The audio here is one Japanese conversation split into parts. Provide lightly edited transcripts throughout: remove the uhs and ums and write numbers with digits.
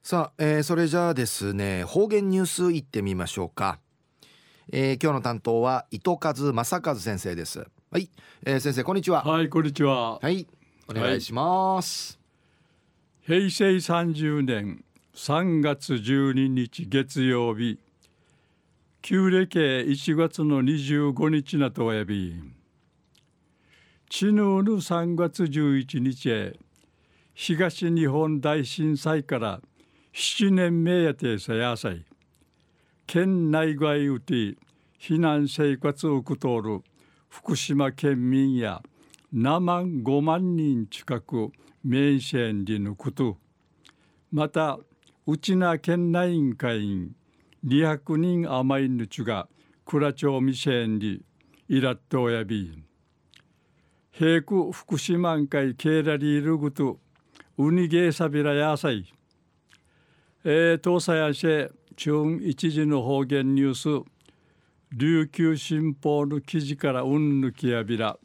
さあ、それじゃあですね、方言ニュースいってみましょうか。今日の担当は糸数正和先生です。はい、先生こんにちは。 はい、こんにちは。 はい、お願いします。 平成30年3月12日月曜日、旧暦1月の25日なとおやび、ちぬうぬ3月11日へ、東日本大震災から7年目やてさやさい、県内外うて避難生活をくとおる福島県民や7万5万人近く面線りのこと、また内名県内委員会員200人余りぬちが倉町未線りいらっとおやび、平区福島会ケーラリールグとウニゲーサビラやさい、東西安市中一時の方言ニュース、琉球新報の記事からうんぬきやびら、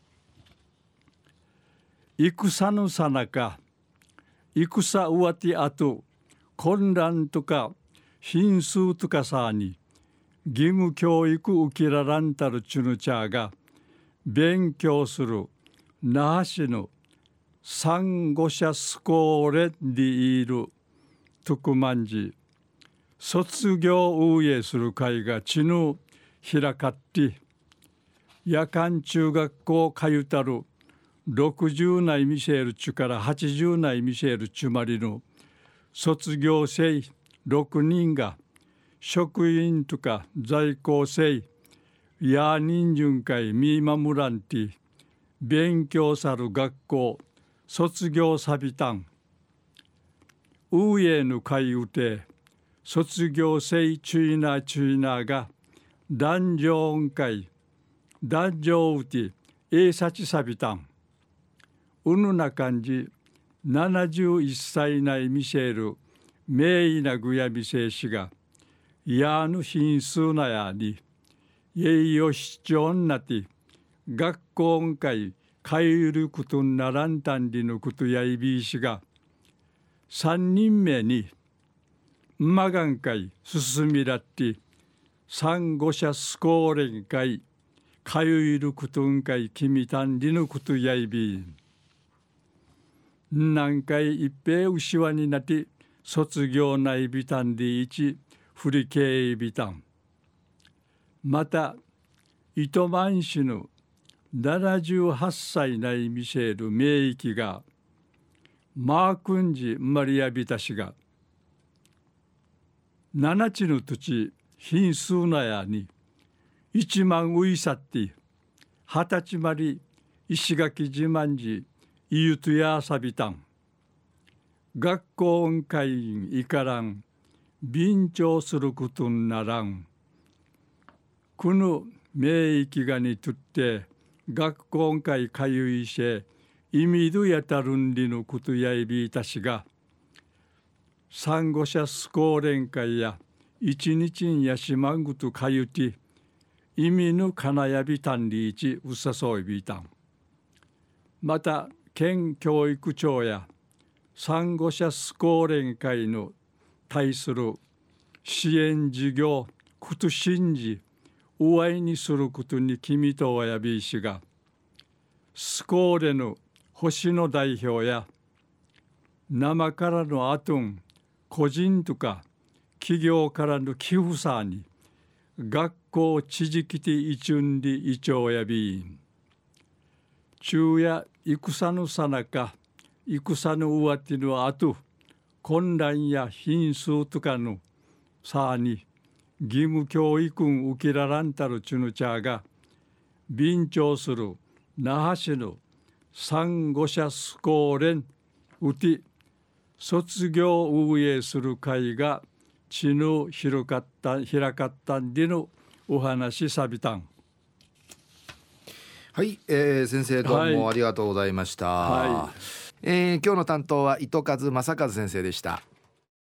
戦のさなか、戦うわてあと、混乱とか、貧数とかさに、義務教育受けららんたるちゅぬちゃが、勉強する、那覇市の産後者スコーレディール、特万寺、卒業運営する会がちぬ開かって、夜間中学校かゆたる60内ミシェルチュから80内ミシェルチュまりの卒業生6人が職員とか在校生や人巡会見守らんて勉強さる学校卒業さびたん運営の会うて卒業生チュイナが男女音会男女うてえさちさびたんうぬな感じ71歳内ミシェル名医なぐやみせいしがやぬ品数なやにえいよしちょんなて学校音会かゆることならんたんりのことやいびいしが3人目にまがん会進みらって産後者スコーレン会かゆいることん会きみたんりのことやいびん何回一平うしわになって卒業内ビタンで一振り系ビタンまた糸満市の78歳内ミシェル名域がマークンジマリアビタ氏が七地の土地品数なやに1万ウイサッティ20歳まり石垣自慢寺イユトヤサビタン学校音会員いからん便乗することにならんこの名域がにとって学校音会かゆいし意味どやたるんりのことやいびいたしが産後者スコー連会や一日にやしまんぐとかゆて意味のかなやびたんりいちうさそういびいたんまた県教育庁や産後者スコー連会の対する支援事業こと信じおわいにすることに君とおやびいしがスコーレの星の代表や生からのあとん個人とか企業からの寄付さに学校地域きていちゅんりいちょうやびん昼夜戦のさなか戦のうわてのあと混乱や貧数とかのさに義務教育ん受けららんたるちゅぬちゃが便乗する那覇市の産後者スコーレンうて卒業運営する会がちぬ開かったんでのお話さびたんはい、先生どうもありがとうございました。 はい、 今日の担当は糸数正和先生でした。